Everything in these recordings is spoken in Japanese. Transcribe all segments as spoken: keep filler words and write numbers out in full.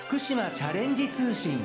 福島チャレンジ通信。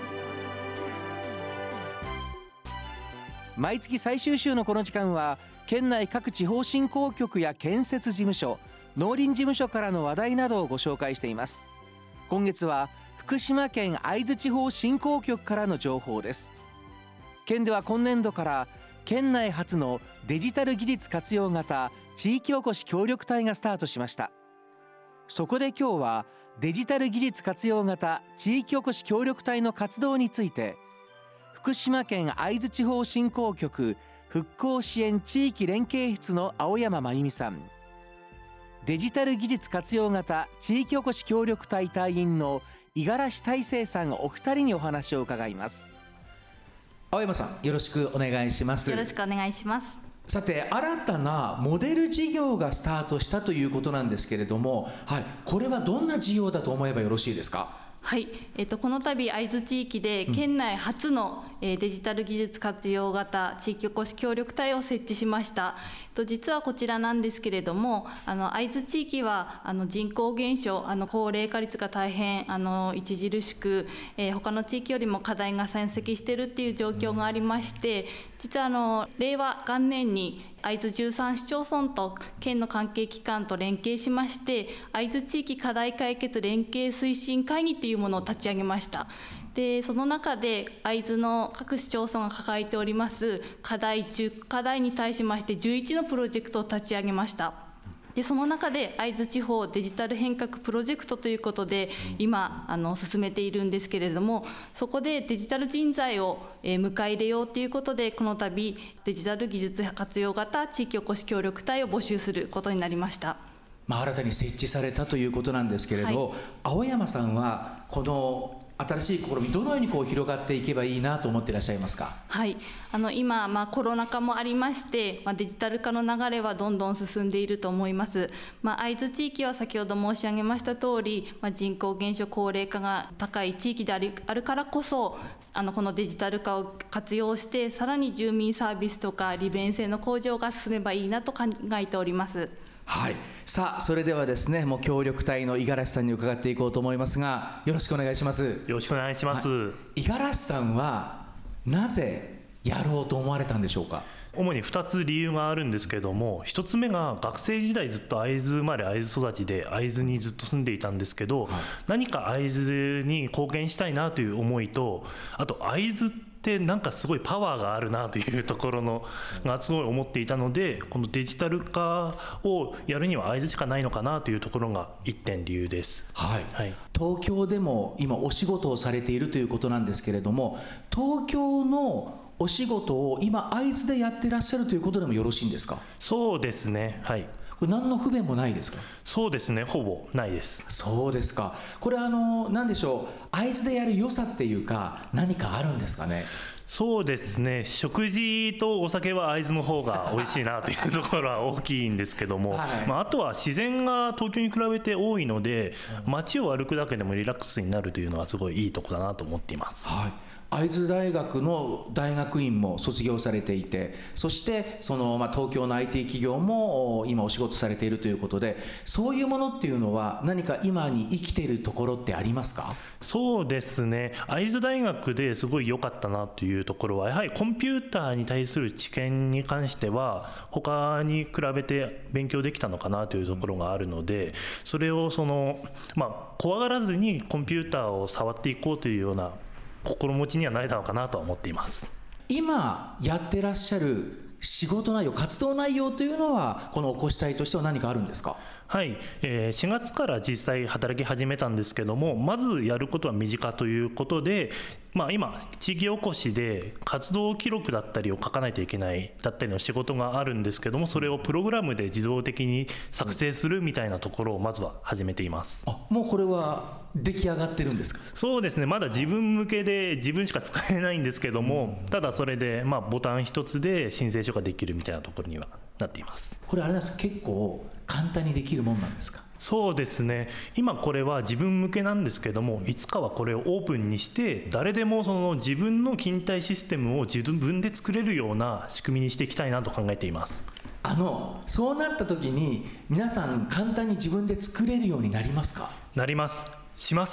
毎月最終週のこの時間は、県内各地方振興局や建設事務所、農林事務所からの話題などをご紹介しています。今月は福島県会津地方振興局からの情報です。県では今年度から県内初のデジタル技術活用型地域おこし協力隊がスタートしました。そこで今日はデジタル技術活用型地域おこし協力隊の活動について、福島県会津地方振興局復興支援地域連携室の青山真由美さん、デジタル技術活用型地域おこし協力隊隊員の五十嵐大成さん、お二人にお話を伺います。青山さん、よろしくお願いします。 よろしくお願いします。 さて、新たなモデル事業がスタートしたということなんですけれども、はい、これはどんな事業だと思えばよろしいですか？ はい、えっと、この度会津地域で県内初の、うんえー、デジタル技術活用型地域おこし協力隊を設置しました。えっと、実はこちらなんですけれども、あの会津地域はあの人口減少、あの高齢化率が大変あの著しく、えー、他の地域よりも課題が山積しているっていう状況がありまして、実はあの令和元年に会津じゅうさん市町村と県の関係機関と連携しまして、会津地域課題解決連携推進会議というものを立ち上げました。でその中で会津の各市町村が抱えております課題じゅっ課題に対しましてじゅういちのプロジェクトを立ち上げました。でその中で会津地方デジタル変革プロジェクトということで今あの進めているんですけれども、そこでデジタル人材を迎え入れようということで、この度デジタル技術活用型地域おこし協力隊を募集することになりました。 まあ、新たに設置されたということなんですけれど、はい、青山さんはこの新しい試み、どのようにこう広がっていけばいいなと思っていらっしゃいますか？ はい、あの今、まあ、コロナ禍もありまして、まあ、デジタル化の流れはどんどん進んでいると思います。まあ、会津地域は先ほど申し上げました通り、まあ、人口減少高齢化が高い地域である、あるからこそあのこのデジタル化を活用してさらに住民サービスとか利便性の向上が進めばいいなと考えております。 はい、さあそれではですね、もう協力隊の五十嵐さんに伺っていこうと思いますが、よろしくお願いします。 よろしくお願いします。 はい、五十嵐さんはなぜやろうと思われたんでしょうか？ 主にふたつ理由があるんですけれども、ひとつめが学生時代ずっと会津生まれ会津育ちで会津にずっと住んでいたんですけど、はい、何か会津に貢献したいなという思いと、あと会津ってなんかすごいパワーがあるなというところのがすごい思っていたので、このデジタル化をやるには会津しかないのかなというところがいってん理由です。 はいはい、東京でも今お仕事をされているということなんですけれども、東京のお仕事を今会津でやってらっしゃるということでもよろしいんですか？ そうですね、はい。 これ何の不便もないですか？ そうですね、ほぼないです。 そうですか。これあの何でしょう、会津でやる良さっていうか何かあるんですかね？ そうですね、食事とお酒は会津の方が美味しいなというところは大きいんですけども、はい、まあ、あとは自然が東京に比べて多いので、街を歩くだけでもリラックスになるというのはすごいいいところだなと思っています。 はい、会津大学の大学院も卒業されていて、そしてその、まあ、東京の アイティー 企業も今お仕事されているということで、そういうものっていうのは何か今に生きているところってありますか？ そうですね、会津大学ですごい良かったなというところは、やはりコンピューターに対する知見に関しては他に比べて勉強できたのかなというところがあるので、それをその、まあ、怖がらずにコンピューターを触っていこうというような心持ちにはなれたのかなとは思っています。 今やってらっしゃる仕事内容、活動内容というのはこのおこし隊としては何かあるんですか？ はい、えー、しがつから実際働き始めたんですけども、まずやることは身近ということで、まあ、今地域おこしで活動記録だったりを書かないといけないだったりの仕事があるんですけども、それをプログラムで自動的に作成するみたいなところをまずは始めています。 あ、もうこれは出来上がってるんですか？ そうですね、まだ自分向けで自分しか使えないんですけども、ただそれでまあボタン一つで申請書ができるみたいなところにはなっています。 これあれなんですか、結構簡単にできるもんなんですか？ そうですね、今これは自分向けなんですけども、いつかはこれをオープンにして誰でもその自分の勤怠システムを自分で作れるような仕組みにしていきたいなと考えています。 あのそうなった時に皆さん簡単に自分で作れるようになりますか？ なります、します。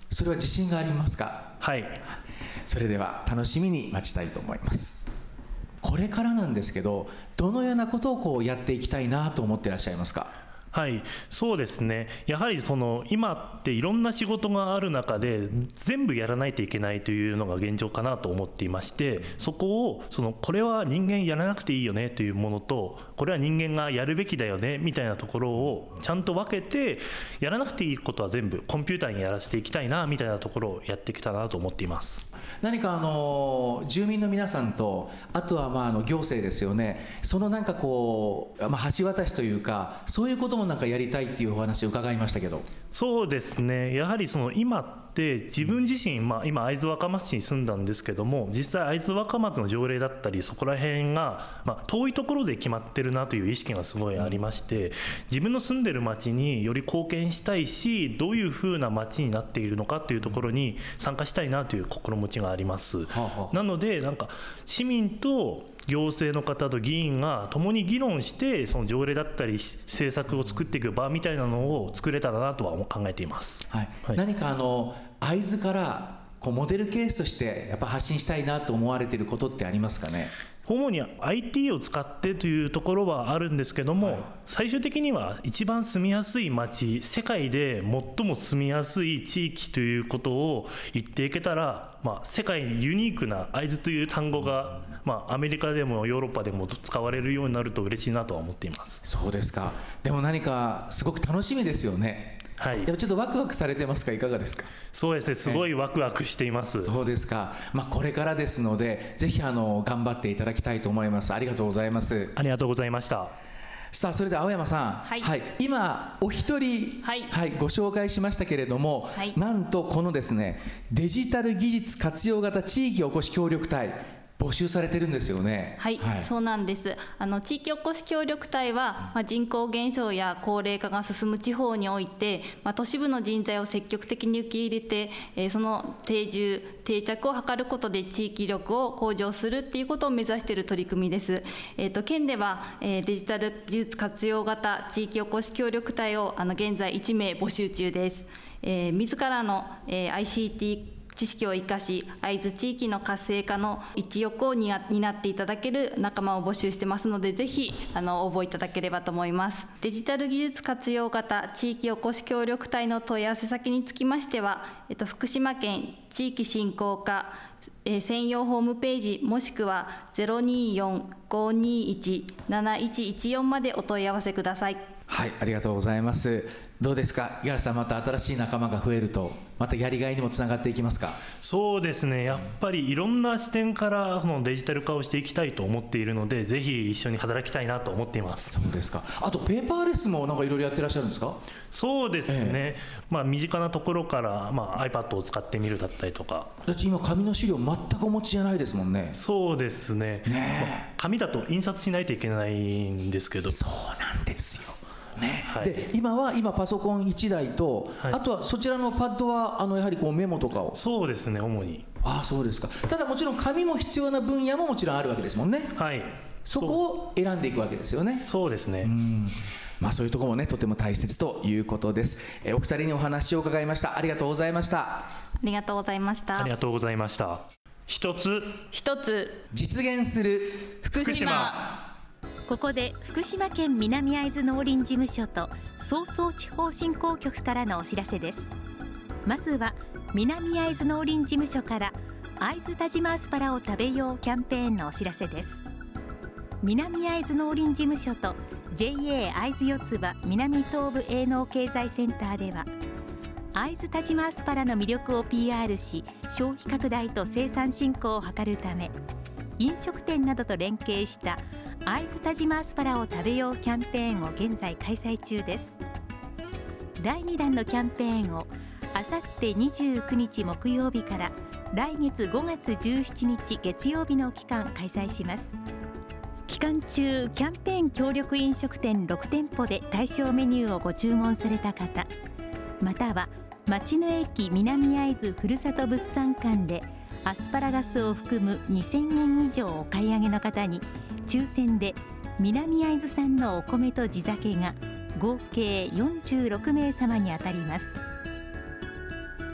それは自信がありますか？ はい。 それでは楽しみに待ちたいと思います。これからなんですけど、どのようなことをこうやっていきたいなと思っていらっしゃいますか？ はい、そうですね。やはりその今っていろんな仕事がある中で全部やらないといけないというのが現状かなと思っていまして、そこをそのこれは人間やらなくていいよねというものと、これは人間がやるべきだよねみたいなところをちゃんと分けて、やらなくていいことは全部コンピューターにやらせていきたいなみたいなところをやってきたなと思っています。 何かあの住民の皆さんと、あとはまああの行政ですよね、そのなんかこう、まあ、橋渡しというか、そういうこともなんかやりたいっていうお話を伺いましたけど。 そうですね、やはりその今って自分自身、まあ、今会津若松市に住んだんですけども、実際会津若松の条例だったりそこら辺が、まあ、遠いところで決まってるなという意識がすごいありまして、自分の住んでる町により貢献したいし、どういうふうな町になっているのかというところに参加したいなという心持ちがあります。はあはあ、なのでなんか市民と行政の方と議員が共に議論して、その条例だったり政策を作っていく場みたいなのを作れたらなとは考えています。 はいはい、 はい、 何かあの会津からこうモデルケースとしてやっぱ発信したいなと思われていることってありますかね？ 主に アイティー を使ってというところはあるんですけども、はい、最終的には一番住みやすい街、世界で最も住みやすい地域ということを言っていけたら、まあ、世界にユニークな会津という単語が、まあ、アメリカでもヨーロッパでも使われるようになると嬉しいなとは思っています。 そうですか。でも何かすごく楽しみですよね。 はい、 やっぱちょっとワクワクされてますか？いかがですか？ そうですね、すごいワクワクしています。 そうですか。まあ、これからですので、ぜひあの頑張っていただきたいと思います。ありがとうございます。 ありがとうございました。 さあ、それでは青山さん、 はいはい、今お一人、 はいはい、ご紹介しましたけれども、はい、なんとこのですね、デジタル技術活用型地域おこし協力隊、募集されてるんですよね。 はい、はい、そうなんです。あの地域おこし協力隊は、まあ、人口減少や高齢化が進む地方において、まあ、都市部の人材を積極的に受け入れて、えー、その定住定着を図ることで地域力を向上するっていうことを目指している取り組みです。えー、と県では、えー、デジタル技術活用型地域おこし協力隊をあの現在いちめい募集中です。えー、自らの、えー、アイシーティー知識を生かし、会津地域の活性化の一翼を担っていただける仲間を募集してますので、ぜひあの応募いただければと思います。デジタル技術活用型地域おこし協力隊の問い合わせ先につきましては、えっと、福島県地域振興課、えー、専用ホームページもしくは ゼロにーよん ごーにーいち なないちいちよん までお問い合わせください。 はい、ありがとうございます。どうですか、五十嵐さん、また新しい仲間が増えるとまたやりがいにもつながっていきますか？ そうですね、やっぱりいろんな視点からこのデジタル化をしていきたいと思っているので、ぜひ一緒に働きたいなと思っています。 そうですか。あとペーパーレスもなんかいろいろやってらっしゃるんですか？ そうですね、 ええ、 まあ、身近なところから、まあ、iPad を使ってみるだったりとか。 だって今紙の資料全くお持ちじゃないですもんね。 そうですね、 ね、 まあ、紙だと印刷しないといけないんですけど。 そうなんですよね。 はい、 で今は今パソコンいちだいと、はい、あとはそちらのパッドはあのやはりこうメモとかを。 そうですね、主に。 ああ、そうですか。ただもちろん紙も必要な分野ももちろんあるわけですもんね。 はい、 そこを選んでいくわけですよね。 そうですね。 うん、まあ、そういうところもね、とても大切ということです。えお二人にお話を伺いました。ありがとうございました。 ありがとうございました。 ありがとうございました。一つ一つ実現する福島。 ここで福島県南会津農林事務所と早々地方振興局からのお知らせです。まずは南会津農林事務所から会津田島アスパラを食べようキャンペーンのお知らせです。南会津農林事務所と ジェイエー 会津四つ葉南東部営農経済センターでは、会津田島アスパラの魅力を ピーアール し、消費拡大と生産振興を図るため、飲食店などと連携した会津田島アスパラを食べようキャンペーンを現在開催中です。だいにだんのキャンペーンをあさってにじゅうくにち木曜日から来月ごがつじゅうしちにち月曜日の期間開催します。期間中、キャンペーン協力飲食店ろくてんぽで対象メニューをご注文された方、または道の駅南会津ふるさと物産館でアスパラガスを含むにせんえん以上お買い上げの方に抽選で南会津産のお米と地酒が合計よんじゅうろくめいさまに当たります。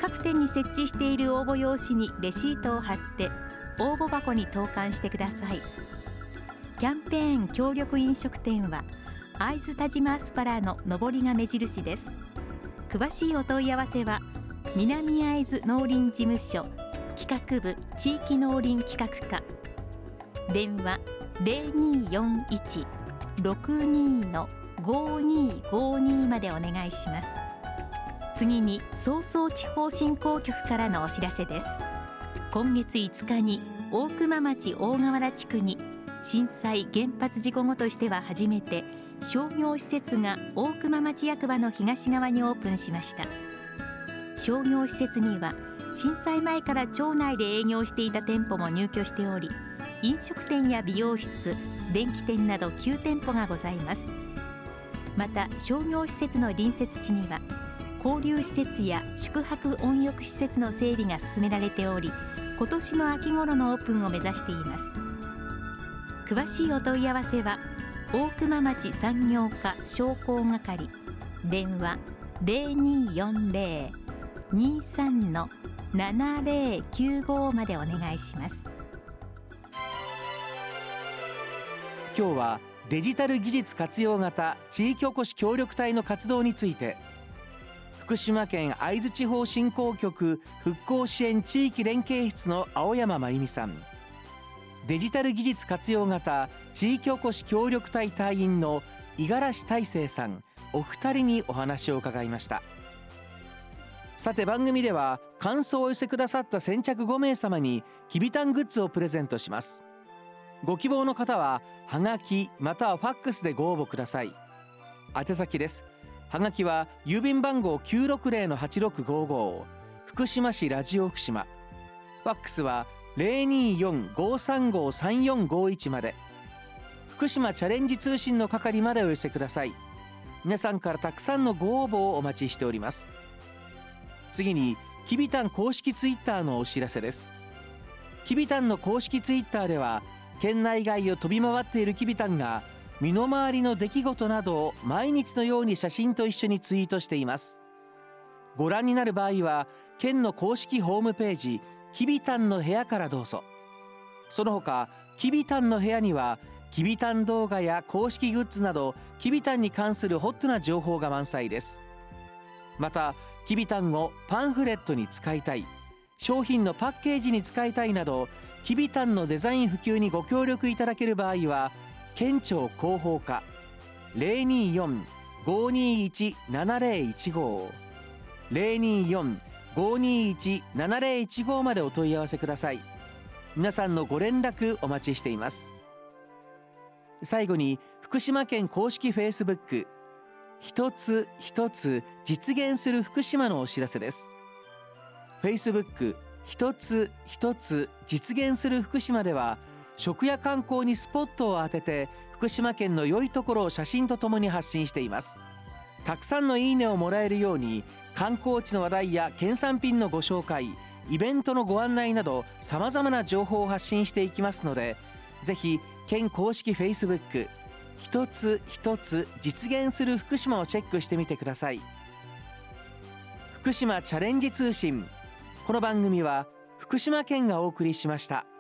各店に設置している応募用紙にレシートを貼って応募箱に投函してください。キャンペーン協力飲食店は会津田島アスパラの上りが目印です。詳しいお問い合わせは南会津農林事務所企画部地域農林企画課、電話 ゼロにーよんいち ろくにー ごにーごにー までお願いします。次に早々地方振興局からのお知らせです。今月いつかに大熊町大河原地区に震災原発事故後としては初めて商業施設が大熊町役場の東側にオープンしました。商業施設には震災前から町内で営業していた店舗も入居しており、飲食店や美容室、電気店などきゅう店舗がございます。また商業施設の隣接地には交流施設や宿泊温浴施設の整備が進められており、今年の秋頃のオープンを目指しています。詳しいお問い合わせは大熊町産業課商工係、電話 ゼロにーよんゼロ にーさん ななゼロきゅうご までお願いします。 今日はデジタル技術活用型地域おこし協力隊の活動について、福島県会津地方振興局復興支援地域連携室の青山真由美さん、デジタル技術活用型地域おこし協力隊隊員の五十嵐大成さん、お二人にお話を伺いました。さて番組では感想をお寄せくださった先着ごめいさまにきびたんグッズをプレゼントします。ご希望の方ははがきまたはファックスでご応募ください。宛先です。はがきは郵便番号 きゅうろくゼロのはちろくごご 福島市ラジオ福島、ファックスは ゼロにーよん ごーさんごーさんよんごーいち まで、福島チャレンジ通信の係までお寄せください。皆さんからたくさんのご応募をお待ちしております。次にきびたん公式ツイッターのお知らせです。きびたんの公式ツイッターでは県内外を飛び回っているきびたんが身の回りの出来事などを毎日のように写真と一緒にツイートしています。ご覧になる場合は県の公式ホームページきびたんの部屋からどうぞ。その他きびたんの部屋にはきびたん動画や公式グッズなどきびたんに関するホットな情報が満載です。またきびたんをパンフレットに使いたい、商品のパッケージに使いたいなどきびたんのデザイン普及にご協力いただける場合は県庁広報課 ゼロにーよん ごーにーいち ななゼロいちご ゼロにーよん ごーにーいち ななゼロいちご までお問い合わせください。皆さんのご連絡お待ちしています。最後に福島県公式フェイスブック一つ一つ実現する福島のお知らせです。フェイスブック一つ一つ実現する福島では食や観光にスポットを当てて福島県の良いところを写真とともに発信しています。たくさんのいいねをもらえるように観光地の話題や県産品のご紹介、イベントのご案内などさまざまな情報を発信していきますので、ぜひ県公式フェイスブック一つ一つ実現する福島をチェックしてみてください。福島チャレンジ通信、この番組は福島県がお送りしました。